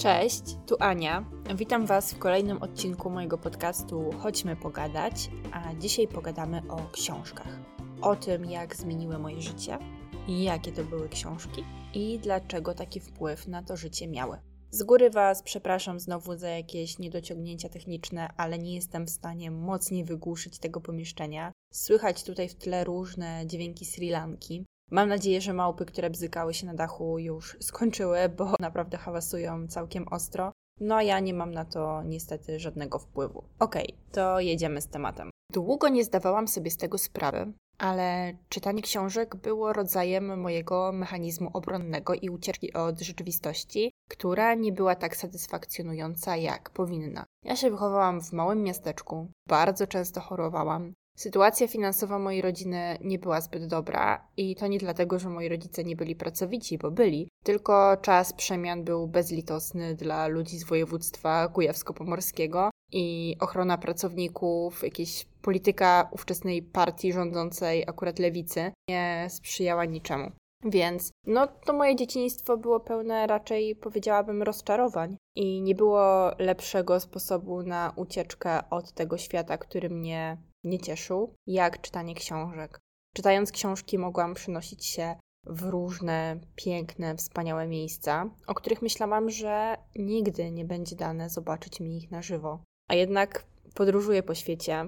Cześć, tu Ania. Witam Was w kolejnym odcinku mojego podcastu Chodźmy pogadać, a dzisiaj pogadamy o książkach. O tym, jak zmieniły moje życie, jakie to były książki i dlaczego taki wpływ na to życie miały. Z góry Was przepraszam znowu za jakieś niedociągnięcia techniczne, ale nie jestem w stanie mocniej wygłuszyć tego pomieszczenia. Słychać tutaj w tle różne dźwięki Sri Lanki. Mam nadzieję, że małpy, które bzykały się na dachu, już skończyły, bo naprawdę hałasują całkiem ostro. No a ja nie mam na to niestety żadnego wpływu. Okej, to jedziemy z tematem. Długo nie zdawałam sobie z tego sprawy, ale czytanie książek było rodzajem mojego mechanizmu obronnego i ucieczki od rzeczywistości, która nie była tak satysfakcjonująca, jak powinna. Ja się wychowałam w małym miasteczku, bardzo często chorowałam. Sytuacja finansowa mojej rodziny nie była zbyt dobra i to nie dlatego, że moi rodzice nie byli pracowici, bo byli, tylko czas przemian był bezlitosny dla ludzi z województwa kujawsko-pomorskiego i ochrona pracowników, jakieś polityka ówczesnej partii rządzącej, akurat lewicy, nie sprzyjała niczemu. Więc to moje dzieciństwo było pełne raczej, powiedziałabym, rozczarowań i nie było lepszego sposobu na ucieczkę od tego świata, który mnie nie cieszył, jak czytanie książek. Czytając książki mogłam przenosić się w różne piękne, wspaniałe miejsca, o których myślałam, że nigdy nie będzie dane zobaczyć mi ich na żywo. A jednak podróżuję po świecie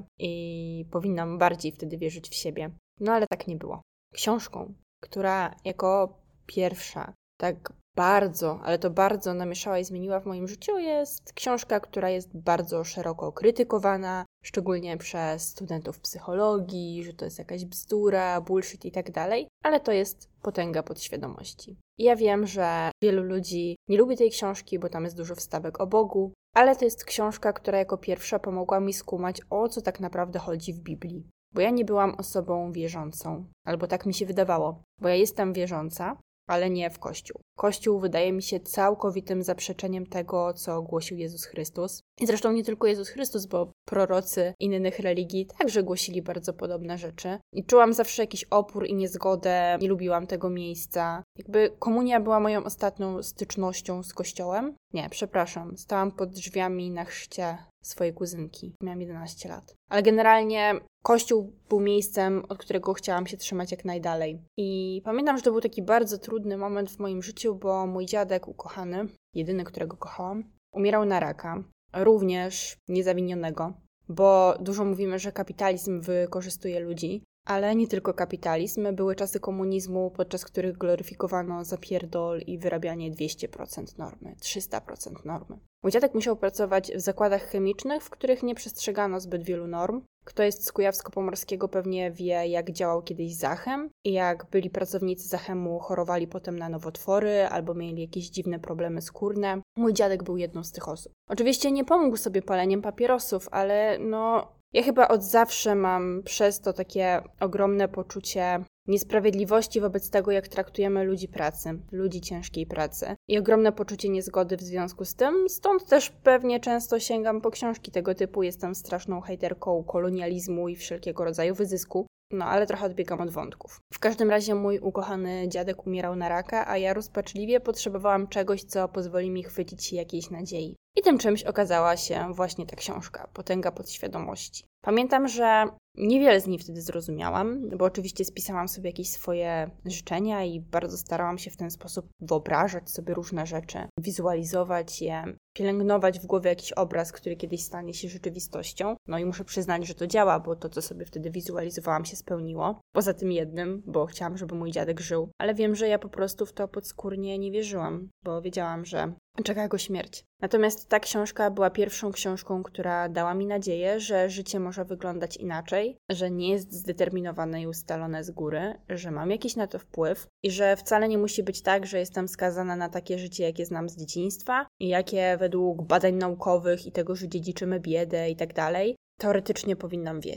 i powinnam bardziej wtedy wierzyć w siebie. No ale tak nie było. Książką, która jako pierwsza tak bardzo, ale to bardzo namieszała i zmieniła w moim życiu, jest książka, która jest bardzo szeroko krytykowana, szczególnie przez studentów psychologii, że to jest jakaś bzdura, bullshit i tak dalej, ale to jest Potęga podświadomości. I ja wiem, że wielu ludzi nie lubi tej książki, bo tam jest dużo wstawek o Bogu, ale to jest książka, która jako pierwsza pomogła mi skumać, o co tak naprawdę chodzi w Biblii. Bo ja nie byłam osobą wierzącą, albo tak mi się wydawało, bo ja jestem wierząca, ale nie w Kościół. Kościół wydaje mi się całkowitym zaprzeczeniem tego, co głosił Jezus Chrystus. I zresztą nie tylko Jezus Chrystus, bo prorocy innych religii także głosili bardzo podobne rzeczy. I czułam zawsze jakiś opór i niezgodę, nie lubiłam tego miejsca. Jakby komunia była moją ostatnią stycznością z Kościołem. Nie, przepraszam, stałam pod drzwiami na chrzcie swojej kuzynki. Miałam 11 lat. Ale generalnie Kościół był miejscem, od którego chciałam się trzymać jak najdalej. I pamiętam, że to był taki bardzo trudny moment w moim życiu, bo mój dziadek ukochany, jedyny, którego kochałam, umierał na raka. Również niezawinionego, bo dużo mówimy, że kapitalizm wykorzystuje ludzi, ale nie tylko kapitalizm. Były czasy komunizmu, podczas których gloryfikowano zapierdol i wyrabianie 200% normy, 300% normy. Mój dziadek musiał pracować w zakładach chemicznych, w których nie przestrzegano zbyt wielu norm. Kto jest z Kujawsko-Pomorskiego pewnie wie, jak działał kiedyś Zachem i jak byli pracownicy Zachemu chorowali potem na nowotwory albo mieli jakieś dziwne problemy skórne. Mój dziadek był jedną z tych osób. Oczywiście nie pomógł sobie paleniem papierosów, ale ja chyba od zawsze mam przez to takie ogromne poczucie niesprawiedliwości wobec tego, jak traktujemy ludzi pracy, ludzi ciężkiej pracy i ogromne poczucie niezgody w związku z tym, stąd też pewnie często sięgam po książki tego typu, jestem straszną hejterką kolonializmu i wszelkiego rodzaju wyzysku, ale trochę odbiegam od wątków. W każdym razie mój ukochany dziadek umierał na raka, a ja rozpaczliwie potrzebowałam czegoś, co pozwoli mi chwycić się jakiejś nadziei. I tym czymś okazała się właśnie ta książka, Potęga podświadomości. Pamiętam, że niewiele z niej wtedy zrozumiałam, bo oczywiście spisałam sobie jakieś swoje życzenia i bardzo starałam się w ten sposób wyobrażać sobie różne rzeczy, wizualizować je, pielęgnować w głowie jakiś obraz, który kiedyś stanie się rzeczywistością. I muszę przyznać, że to działa, bo to, co sobie wtedy wizualizowałam, się spełniło. Poza tym jednym, bo chciałam, żeby mój dziadek żył. Ale wiem, że ja po prostu w to podskórnie nie wierzyłam, bo wiedziałam, że czeka go śmierć. Natomiast ta książka była pierwszą książką, która dała mi nadzieję, że życie może wyglądać inaczej, że nie jest zdeterminowane i ustalone z góry, że mam jakiś na to wpływ i że wcale nie musi być tak, że jestem skazana na takie życie, jakie znam z dzieciństwa i jakie według badań naukowych i tego, że dziedziczymy biedę i tak dalej, teoretycznie powinnam wieść.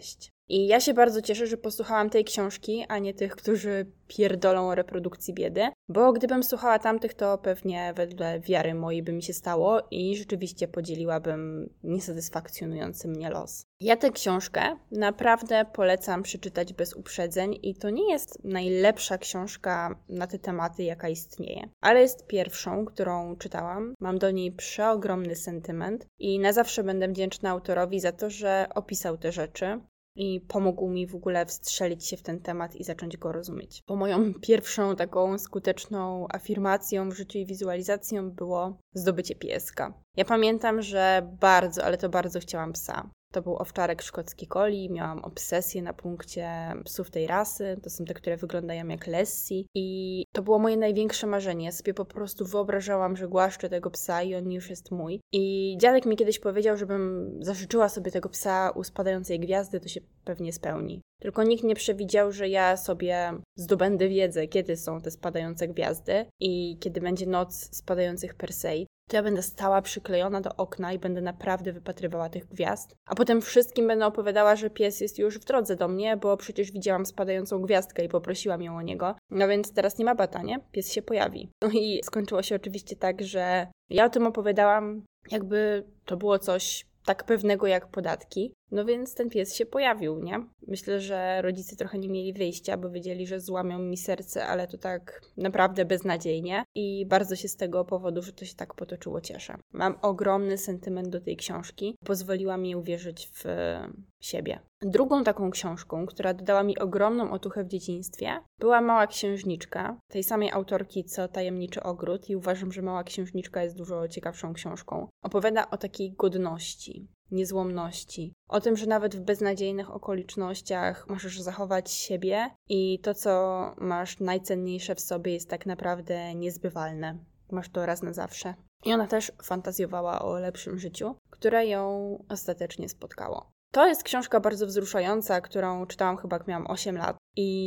I ja się bardzo cieszę, że posłuchałam tej książki, a nie tych, którzy pierdolą o reprodukcji biedy, bo gdybym słuchała tamtych, to pewnie wedle wiary mojej by mi się stało i rzeczywiście podzieliłabym niesatysfakcjonujący mnie los. Ja tę książkę naprawdę polecam przeczytać bez uprzedzeń i to nie jest najlepsza książka na te tematy, jaka istnieje, ale jest pierwszą, którą czytałam. Mam do niej przeogromny sentyment i na zawsze będę wdzięczna autorowi za to, że opisał te rzeczy i pomógł mi w ogóle wstrzelić się w ten temat i zacząć go rozumieć. Bo moją pierwszą taką skuteczną afirmacją w życiu i wizualizacją było zdobycie pieska. Ja pamiętam, że bardzo, ale to bardzo chciałam psa. To był owczarek szkocki Collie, miałam obsesję na punkcie psów tej rasy, to są te, które wyglądają jak Lassie i to było moje największe marzenie. Ja sobie po prostu wyobrażałam, że głaszczę tego psa i on już jest mój. I dziadek mi kiedyś powiedział, żebym zażyczyła sobie tego psa u spadającej gwiazdy, to się pewnie spełni. Tylko nikt nie przewidział, że ja sobie zdobędę wiedzę, kiedy są te spadające gwiazdy i kiedy będzie noc spadających Perseid. To ja będę stała przyklejona do okna i będę naprawdę wypatrywała tych gwiazd. A potem wszystkim będę opowiadała, że pies jest już w drodze do mnie, bo przecież widziałam spadającą gwiazdkę i poprosiłam ją o niego. No więc teraz nie ma bata, nie? Pies się pojawi. No i skończyło się oczywiście tak, że ja o tym opowiadałam, jakby to było coś tak pewnego jak podatki. No więc ten pies się pojawił, nie? Myślę, że rodzice trochę nie mieli wyjścia, bo wiedzieli, że złamią mi serce, ale to tak naprawdę beznadziejnie i bardzo się z tego powodu, że to się tak potoczyło, cieszę. Mam ogromny sentyment do tej książki. Pozwoliła mi uwierzyć w siebie. Drugą taką książką, która dodała mi ogromną otuchę w dzieciństwie, była Mała Księżniczka, tej samej autorki co Tajemniczy Ogród i uważam, że Mała Księżniczka jest dużo ciekawszą książką. Opowiada o takiej godności, niezłomności. O tym, że nawet w beznadziejnych okolicznościach możesz zachować siebie i to, co masz najcenniejsze w sobie, jest tak naprawdę niezbywalne. Masz to raz na zawsze. I ona też fantazjowała o lepszym życiu, które ją ostatecznie spotkało. To jest książka bardzo wzruszająca, którą czytałam chyba jak miałam 8 lat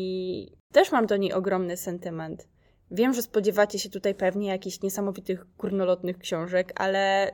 i też mam do niej ogromny sentyment. Wiem, że spodziewacie się tutaj pewnie jakichś niesamowitych, górnolotnych książek, ale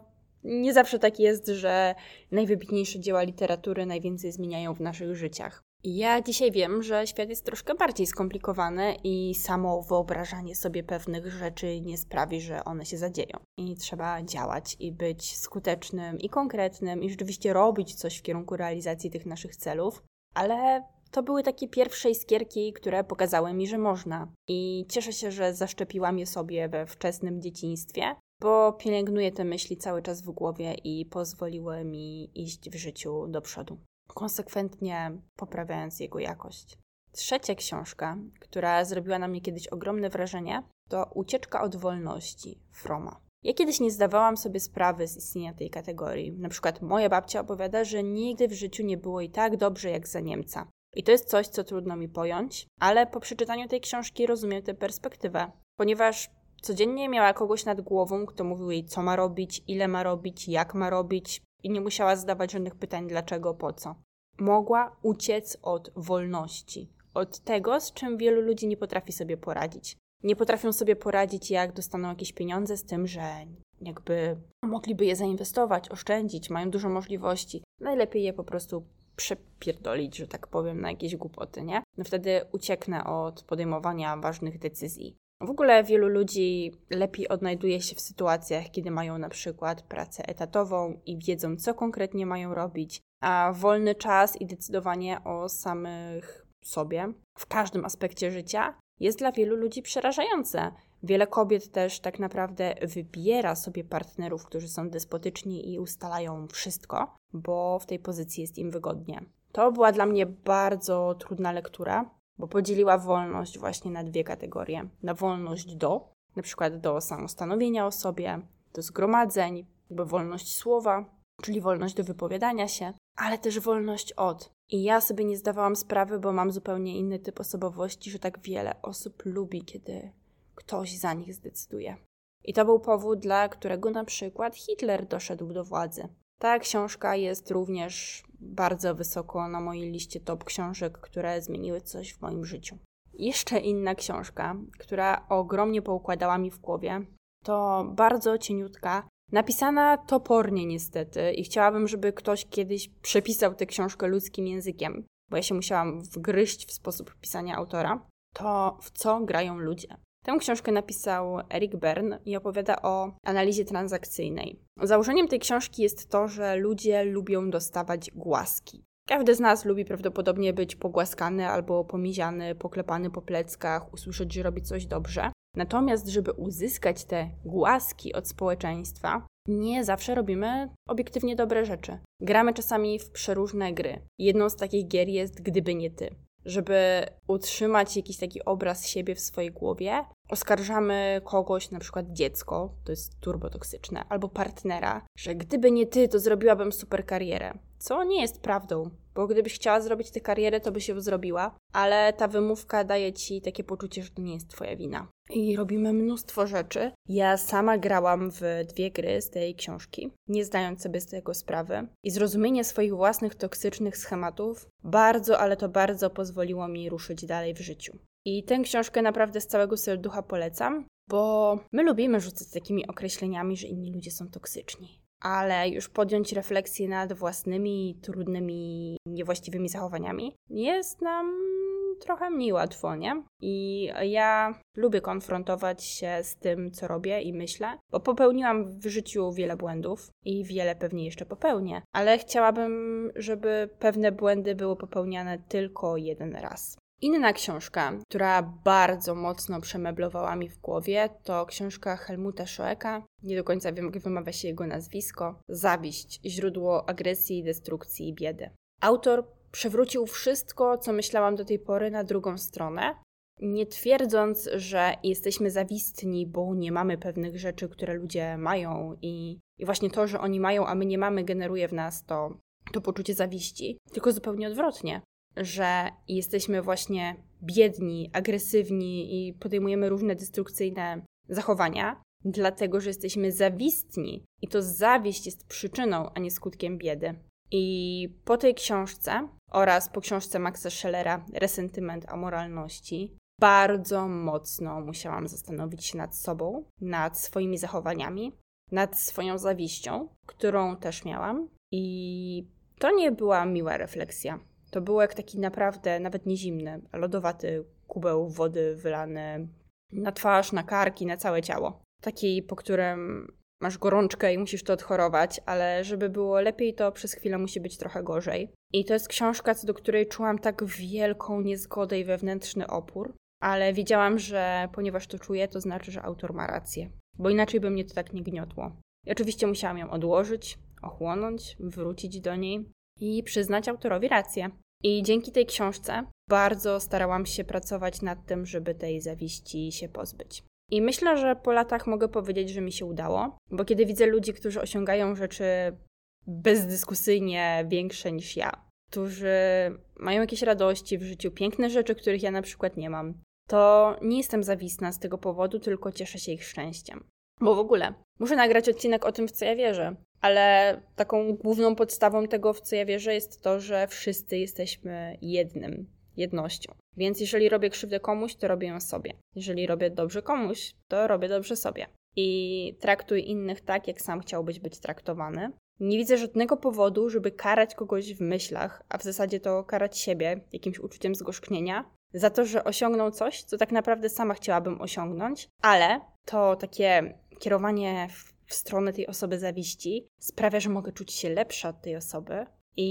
nie zawsze tak jest, że najwybitniejsze dzieła literatury najwięcej zmieniają w naszych życiach. I ja dzisiaj wiem, że świat jest troszkę bardziej skomplikowany i samo wyobrażanie sobie pewnych rzeczy nie sprawi, że one się zadzieją. I trzeba działać i być skutecznym i konkretnym i rzeczywiście robić coś w kierunku realizacji tych naszych celów, ale to były takie pierwsze iskierki, które pokazały mi, że można. I cieszę się, że zaszczepiłam je sobie we wczesnym dzieciństwie, bo pielęgnuję te myśli cały czas w głowie i pozwoliły mi iść w życiu do przodu, konsekwentnie poprawiając jego jakość. Trzecia książka, która zrobiła na mnie kiedyś ogromne wrażenie, to Ucieczka od wolności Froma. Ja kiedyś nie zdawałam sobie sprawy z istnienia tej kategorii. Na przykład moja babcia opowiada, że nigdy w życiu nie było jej tak dobrze jak za Niemca. I to jest coś, co trudno mi pojąć, ale po przeczytaniu tej książki rozumiem tę perspektywę, ponieważ codziennie miała kogoś nad głową, kto mówił jej, co ma robić, ile ma robić, jak ma robić i nie musiała zadawać żadnych pytań dlaczego, po co. Mogła uciec od wolności, od tego, z czym wielu ludzi nie potrafi sobie poradzić. Nie potrafią sobie poradzić, jak dostaną jakieś pieniądze z tym, że jakby mogliby je zainwestować, oszczędzić, mają dużo możliwości. Najlepiej je po prostu przepierdolić, że tak powiem, na jakieś głupoty, nie? No wtedy ucieknę od podejmowania ważnych decyzji. W ogóle wielu ludzi lepiej odnajduje się w sytuacjach, kiedy mają na przykład pracę etatową i wiedzą, co konkretnie mają robić, a wolny czas i decydowanie o samych sobie w każdym aspekcie życia jest dla wielu ludzi przerażające. Wiele kobiet też tak naprawdę wybiera sobie partnerów, którzy są despotyczni i ustalają wszystko, bo w tej pozycji jest im wygodnie. To była dla mnie bardzo trudna lektura, bo podzieliła wolność właśnie na dwie kategorie. Na wolność na przykład do samostanowienia o sobie, do zgromadzeń, jakby wolność słowa, czyli wolność do wypowiadania się, ale też wolność od. I ja sobie nie zdawałam sprawy, bo mam zupełnie inny typ osobowości, że tak wiele osób lubi, kiedy ktoś za nich zdecyduje. I to był powód, dla którego na przykład Hitler doszedł do władzy. Ta książka jest również bardzo wysoko na mojej liście top książek, które zmieniły coś w moim życiu. Jeszcze inna książka, która ogromnie poukładała mi w głowie, to bardzo cieniutka Napisana topornie niestety i chciałabym, żeby ktoś kiedyś przepisał tę książkę ludzkim językiem, bo ja się musiałam wgryźć w sposób pisania autora. To w co grają ludzie. Tę książkę napisał Eric Berne i opowiada o analizie transakcyjnej. Założeniem tej książki jest to, że ludzie lubią dostawać głaski. Każdy z nas lubi prawdopodobnie być pogłaskany albo pomiziany, poklepany po pleckach, usłyszeć, że robi coś dobrze. Natomiast, żeby uzyskać te głaski od społeczeństwa, nie zawsze robimy obiektywnie dobre rzeczy. Gramy czasami w przeróżne gry. Jedną z takich gier jest Gdyby nie ty. Żeby utrzymać jakiś taki obraz siebie w swojej głowie, oskarżamy kogoś, na przykład dziecko, to jest turbotoksyczne, albo partnera, że gdyby nie ty, to zrobiłabym super karierę. Co nie jest prawdą, bo gdybyś chciała zrobić tę karierę, to byś ją zrobiła, ale ta wymówka daje ci takie poczucie, że to nie jest twoja wina. I robimy mnóstwo rzeczy. Ja sama grałam w 2 gry z tej książki, nie zdając sobie z tego sprawy. I zrozumienie swoich własnych toksycznych schematów bardzo, ale to bardzo pozwoliło mi ruszyć dalej w życiu. I tę książkę naprawdę z całego serducha polecam, bo my lubimy rzucać takimi określeniami, że inni ludzie są toksyczni. Ale już podjąć refleksję nad własnymi, trudnymi, niewłaściwymi zachowaniami jest nam trochę mniej łatwo, nie? I ja lubię konfrontować się z tym, co robię i myślę, bo popełniłam w życiu wiele błędów i wiele pewnie jeszcze popełnię, ale chciałabym, żeby pewne błędy były popełniane tylko jeden raz. Inna książka, która bardzo mocno przemeblowała mi w głowie, to książka Helmuta Schoecka. Nie do końca wiem, jak wymawia się jego nazwisko. Zawiść, źródło agresji, destrukcji i biedy. Autor przewrócił wszystko, co myślałam do tej pory, na drugą stronę, nie twierdząc, że jesteśmy zawistni, bo nie mamy pewnych rzeczy, które ludzie mają i właśnie to, że oni mają, a my nie mamy, generuje w nas to poczucie zawiści, tylko zupełnie odwrotnie. Że jesteśmy właśnie biedni, agresywni i podejmujemy różne destrukcyjne zachowania, dlatego że jesteśmy zawistni i to zawiść jest przyczyną, a nie skutkiem biedy. I po tej książce oraz po książce Maxa Schellera Resentyment amoralności bardzo mocno musiałam zastanowić się nad sobą, nad swoimi zachowaniami, nad swoją zawiścią, którą też miałam. I to nie była miła refleksja. To był jak taki naprawdę, nawet nie zimny, a lodowaty kubeł wody wylany na twarz, na karki, na całe ciało. Taki, po którym masz gorączkę i musisz to odchorować, ale żeby było lepiej, to przez chwilę musi być trochę gorzej. I to jest książka, co do której czułam tak wielką niezgodę i wewnętrzny opór, ale wiedziałam, że ponieważ to czuję, to znaczy, że autor ma rację, bo inaczej by mnie to tak nie gniotło. I oczywiście musiałam ją odłożyć, ochłonąć, wrócić do niej i przyznać autorowi rację. I dzięki tej książce bardzo starałam się pracować nad tym, żeby tej zawiści się pozbyć. I myślę, że po latach mogę powiedzieć, że mi się udało, bo kiedy widzę ludzi, którzy osiągają rzeczy bezdyskusyjnie większe niż ja, którzy mają jakieś radości w życiu, piękne rzeczy, których ja na przykład nie mam, to nie jestem zawistna z tego powodu, tylko cieszę się ich szczęściem. Bo w ogóle muszę nagrać odcinek o tym, w co ja wierzę, ale taką główną podstawą tego, w co ja wierzę, jest to, że wszyscy jesteśmy jednością. Więc jeżeli robię krzywdę komuś, to robię ją sobie. Jeżeli robię dobrze komuś, to robię dobrze sobie. I traktuj innych tak, jak sam chciałbyś być traktowany. Nie widzę żadnego powodu, żeby karać kogoś w myślach, a w zasadzie to karać siebie jakimś uczuciem zgorzknienia, za to, że osiągnął coś, co tak naprawdę sama chciałabym osiągnąć, ale to takie kierowanie w stronę tej osoby zawiści sprawia, że mogę czuć się lepsza od tej osoby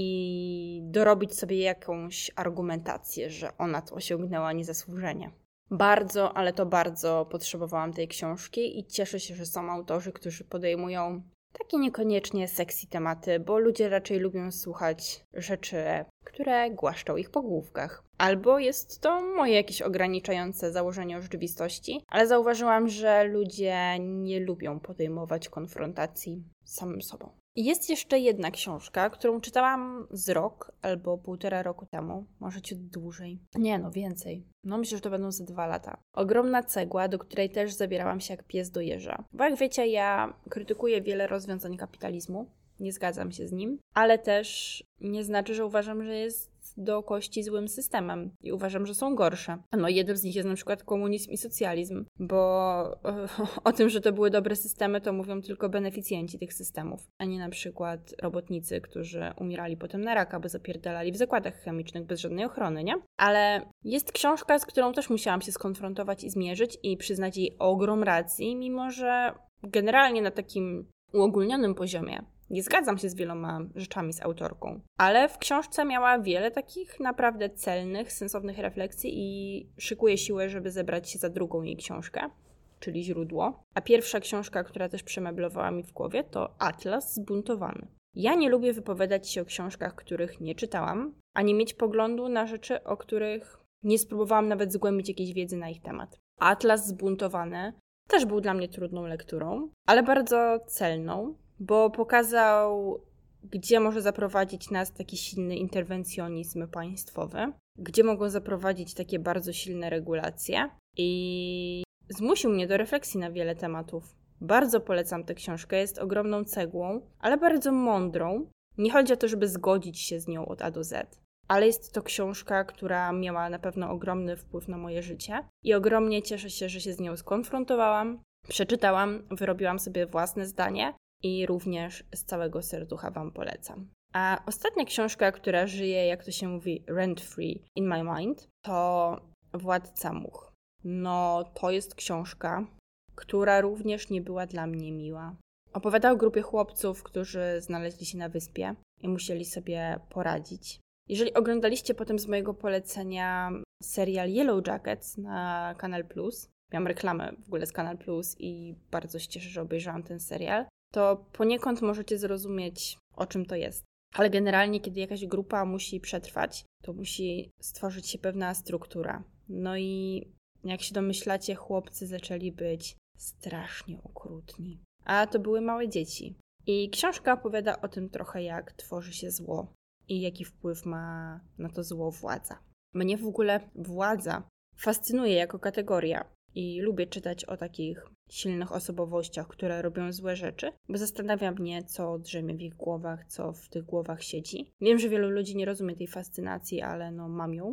i dorobić sobie jakąś argumentację, że ona to osiągnęła niezasłużenie. Bardzo, ale to bardzo potrzebowałam tej książki i cieszę się, że są autorzy, którzy podejmują takie niekoniecznie sexy tematy, bo ludzie raczej lubią słuchać rzeczy, które głaszczą ich po główkach. Albo jest to moje jakieś ograniczające założenie o rzeczywistości, ale zauważyłam, że ludzie nie lubią podejmować konfrontacji z samym sobą. Jest jeszcze jedna książka, którą czytałam z rok albo 1,5 roku temu, może ciut dłużej. Nie, więcej. Myślę, że to będą ze 2 lata. Ogromna cegła, do której też zabierałam się jak pies do jeża. Bo jak wiecie, ja krytykuję wiele rozwiązań kapitalizmu, nie zgadzam się z nim, ale też nie znaczy, że uważam, że jest do kości złym systemem i uważam, że są gorsze. No jednym z nich jest na przykład komunizm i socjalizm, bo o tym, że to były dobre systemy, to mówią tylko beneficjenci tych systemów, a nie na przykład robotnicy, którzy umierali potem na raka, bo zapierdalali w zakładach chemicznych bez żadnej ochrony, nie? Ale jest książka, z którą też musiałam się skonfrontować i zmierzyć i przyznać jej ogrom racji, mimo że generalnie na takim uogólnionym poziomie nie zgadzam się z wieloma rzeczami z autorką, ale w książce miała wiele takich naprawdę celnych, sensownych refleksji i szykuje siłę, żeby zebrać się za drugą jej książkę, czyli Źródło. A pierwsza książka, która też przemeblowała mi w głowie, to Atlas Zbuntowany. Ja nie lubię wypowiadać się o książkach, których nie czytałam, ani mieć poglądu na rzeczy, o których nie spróbowałam nawet zgłębić jakiejś wiedzy na ich temat. Atlas Zbuntowany też był dla mnie trudną lekturą, ale bardzo celną, bo pokazał, gdzie może zaprowadzić nas taki silny interwencjonizm państwowy, gdzie mogą zaprowadzić takie bardzo silne regulacje i zmusił mnie do refleksji na wiele tematów. Bardzo polecam tę książkę, jest ogromną cegłą, ale bardzo mądrą. Nie chodzi o to, żeby zgodzić się z nią od A do Z, ale jest to książka, która miała na pewno ogromny wpływ na moje życie i ogromnie cieszę się, że się z nią skonfrontowałam, przeczytałam, wyrobiłam sobie własne zdanie i również z całego serducha Wam polecam. A ostatnia książka, która żyje, jak to się mówi, rent-free in my mind, to Władca Much. No, to jest książka, która również nie była dla mnie miła. Opowiada o grupie chłopców, którzy znaleźli się na wyspie i musieli sobie poradzić. Jeżeli oglądaliście potem z mojego polecenia serial Yellow Jackets na Kanal Plus, miałam reklamę w ogóle z Kanal Plus i bardzo się cieszę, że obejrzałam ten serial, to poniekąd możecie zrozumieć, o czym to jest. Ale generalnie, kiedy jakaś grupa musi przetrwać, to musi stworzyć się pewna struktura. No i jak się domyślacie, chłopcy zaczęli być strasznie okrutni. A to były małe dzieci. I książka opowiada o tym trochę, jak tworzy się zło i jaki wpływ ma na to zło władza. Mnie w ogóle władza fascynuje jako kategoria i lubię czytać o takich silnych osobowościach, które robią złe rzeczy, bo zastanawia mnie, co drzemie w ich głowach, co w tych głowach siedzi. Wiem, że wielu ludzi nie rozumie tej fascynacji, ale no mam ją.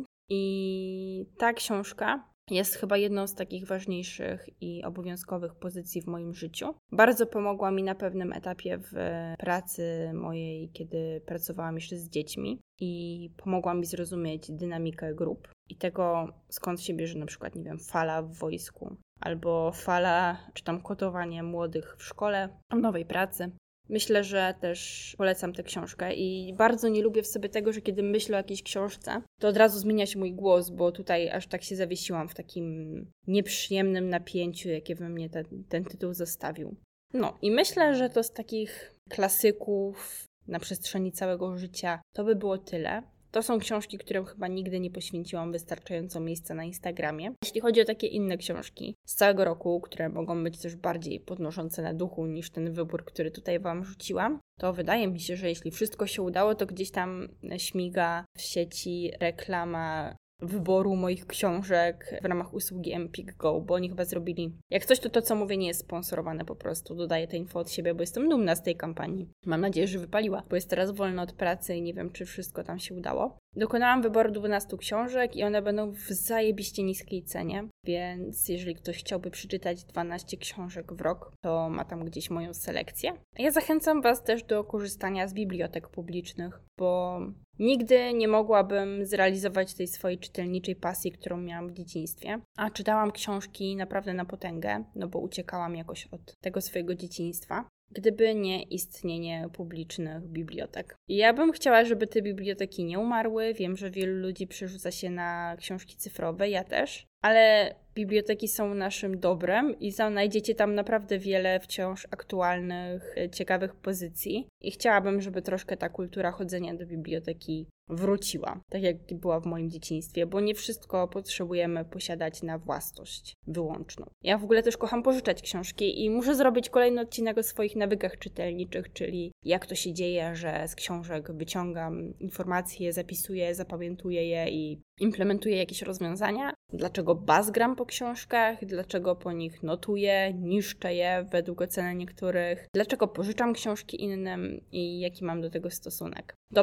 I ta książka jest chyba jedną z takich ważniejszych i obowiązkowych pozycji w moim życiu. Bardzo pomogła mi na pewnym etapie w pracy mojej, kiedy pracowałam jeszcze z dziećmi i pomogła mi zrozumieć dynamikę grup i tego, skąd się bierze na przykład, nie wiem, fala w wojsku albo fala czy tam kotowanie młodych w szkole, w nowej pracy. Myślę, że też polecam tę książkę i bardzo nie lubię w sobie tego, że kiedy myślę o jakiejś książce, to od razu zmienia się mój głos, bo tutaj aż tak się zawiesiłam w takim nieprzyjemnym napięciu, jakie we mnie ten tytuł zostawił. No i myślę, że to z takich klasyków na przestrzeni całego życia to by było tyle. To są książki, którym chyba nigdy nie poświęciłam wystarczająco miejsca na Instagramie. Jeśli chodzi o takie inne książki z całego roku, które mogą być też bardziej podnoszące na duchu niż ten wybór, który tutaj Wam rzuciłam, to wydaje mi się, że jeśli wszystko się udało, to gdzieś tam śmiga w sieci reklama wyboru moich książek w ramach usługi Empik Go, bo oni chyba zrobili... Jak coś, to co mówię nie jest sponsorowane po prostu. Dodaję tę info od siebie, bo jestem dumna z tej kampanii. Mam nadzieję, że wypaliła, bo jest teraz wolna od pracy i nie wiem, czy wszystko tam się udało. Dokonałam wyboru 12 książek i one będą w zajebiście niskiej cenie, więc jeżeli ktoś chciałby przeczytać 12 książek w rok, to ma tam gdzieś moją selekcję. A ja zachęcam Was też do korzystania z bibliotek publicznych, bo nigdy nie mogłabym zrealizować tej swojej czytelniczej pasji, którą miałam w dzieciństwie. A czytałam książki naprawdę na potęgę, no bo uciekałam jakoś od tego swojego dzieciństwa, gdyby nie istnienie publicznych bibliotek. I ja bym chciała, żeby te biblioteki nie umarły. Wiem, że wielu ludzi przerzuca się na książki cyfrowe, ja też. Ale biblioteki są naszym dobrem i znajdziecie tam naprawdę wiele wciąż aktualnych, ciekawych pozycji. I chciałabym, żeby troszkę ta kultura chodzenia do biblioteki wróciła, tak jak była w moim dzieciństwie, bo nie wszystko potrzebujemy posiadać na własność wyłączną. Ja w ogóle też kocham pożyczać książki i muszę zrobić kolejny odcinek o swoich nawykach czytelniczych, czyli jak to się dzieje, że z książek wyciągam informacje, zapisuję, zapamiętuję je i implementuję jakieś rozwiązania. Dlaczego bazgram po książkach, dlaczego po nich notuję, niszczę je według oceny niektórych, dlaczego pożyczam książki innym i jaki mam do tego stosunek. Dobra.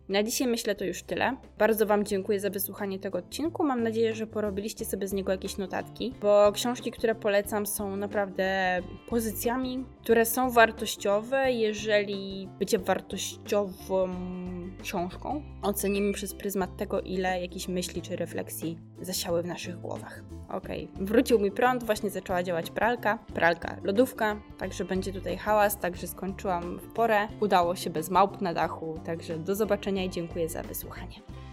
Na dzisiaj myślę to już tyle. Bardzo Wam dziękuję za wysłuchanie tego odcinku. Mam nadzieję, że porobiliście sobie z niego jakieś notatki, bo książki, które polecam, są naprawdę pozycjami, które są wartościowe. Jeżeli bycie wartościową książką ocenimy przez pryzmat tego, ile jakichś myśli czy refleksji zasiały w naszych głowach. Wrócił mi prąd, właśnie zaczęła działać pralka, lodówka, także będzie tutaj hałas, także skończyłam w porę. Udało się bez małp na dachu, także do zobaczenia i dziękuję za wysłuchanie.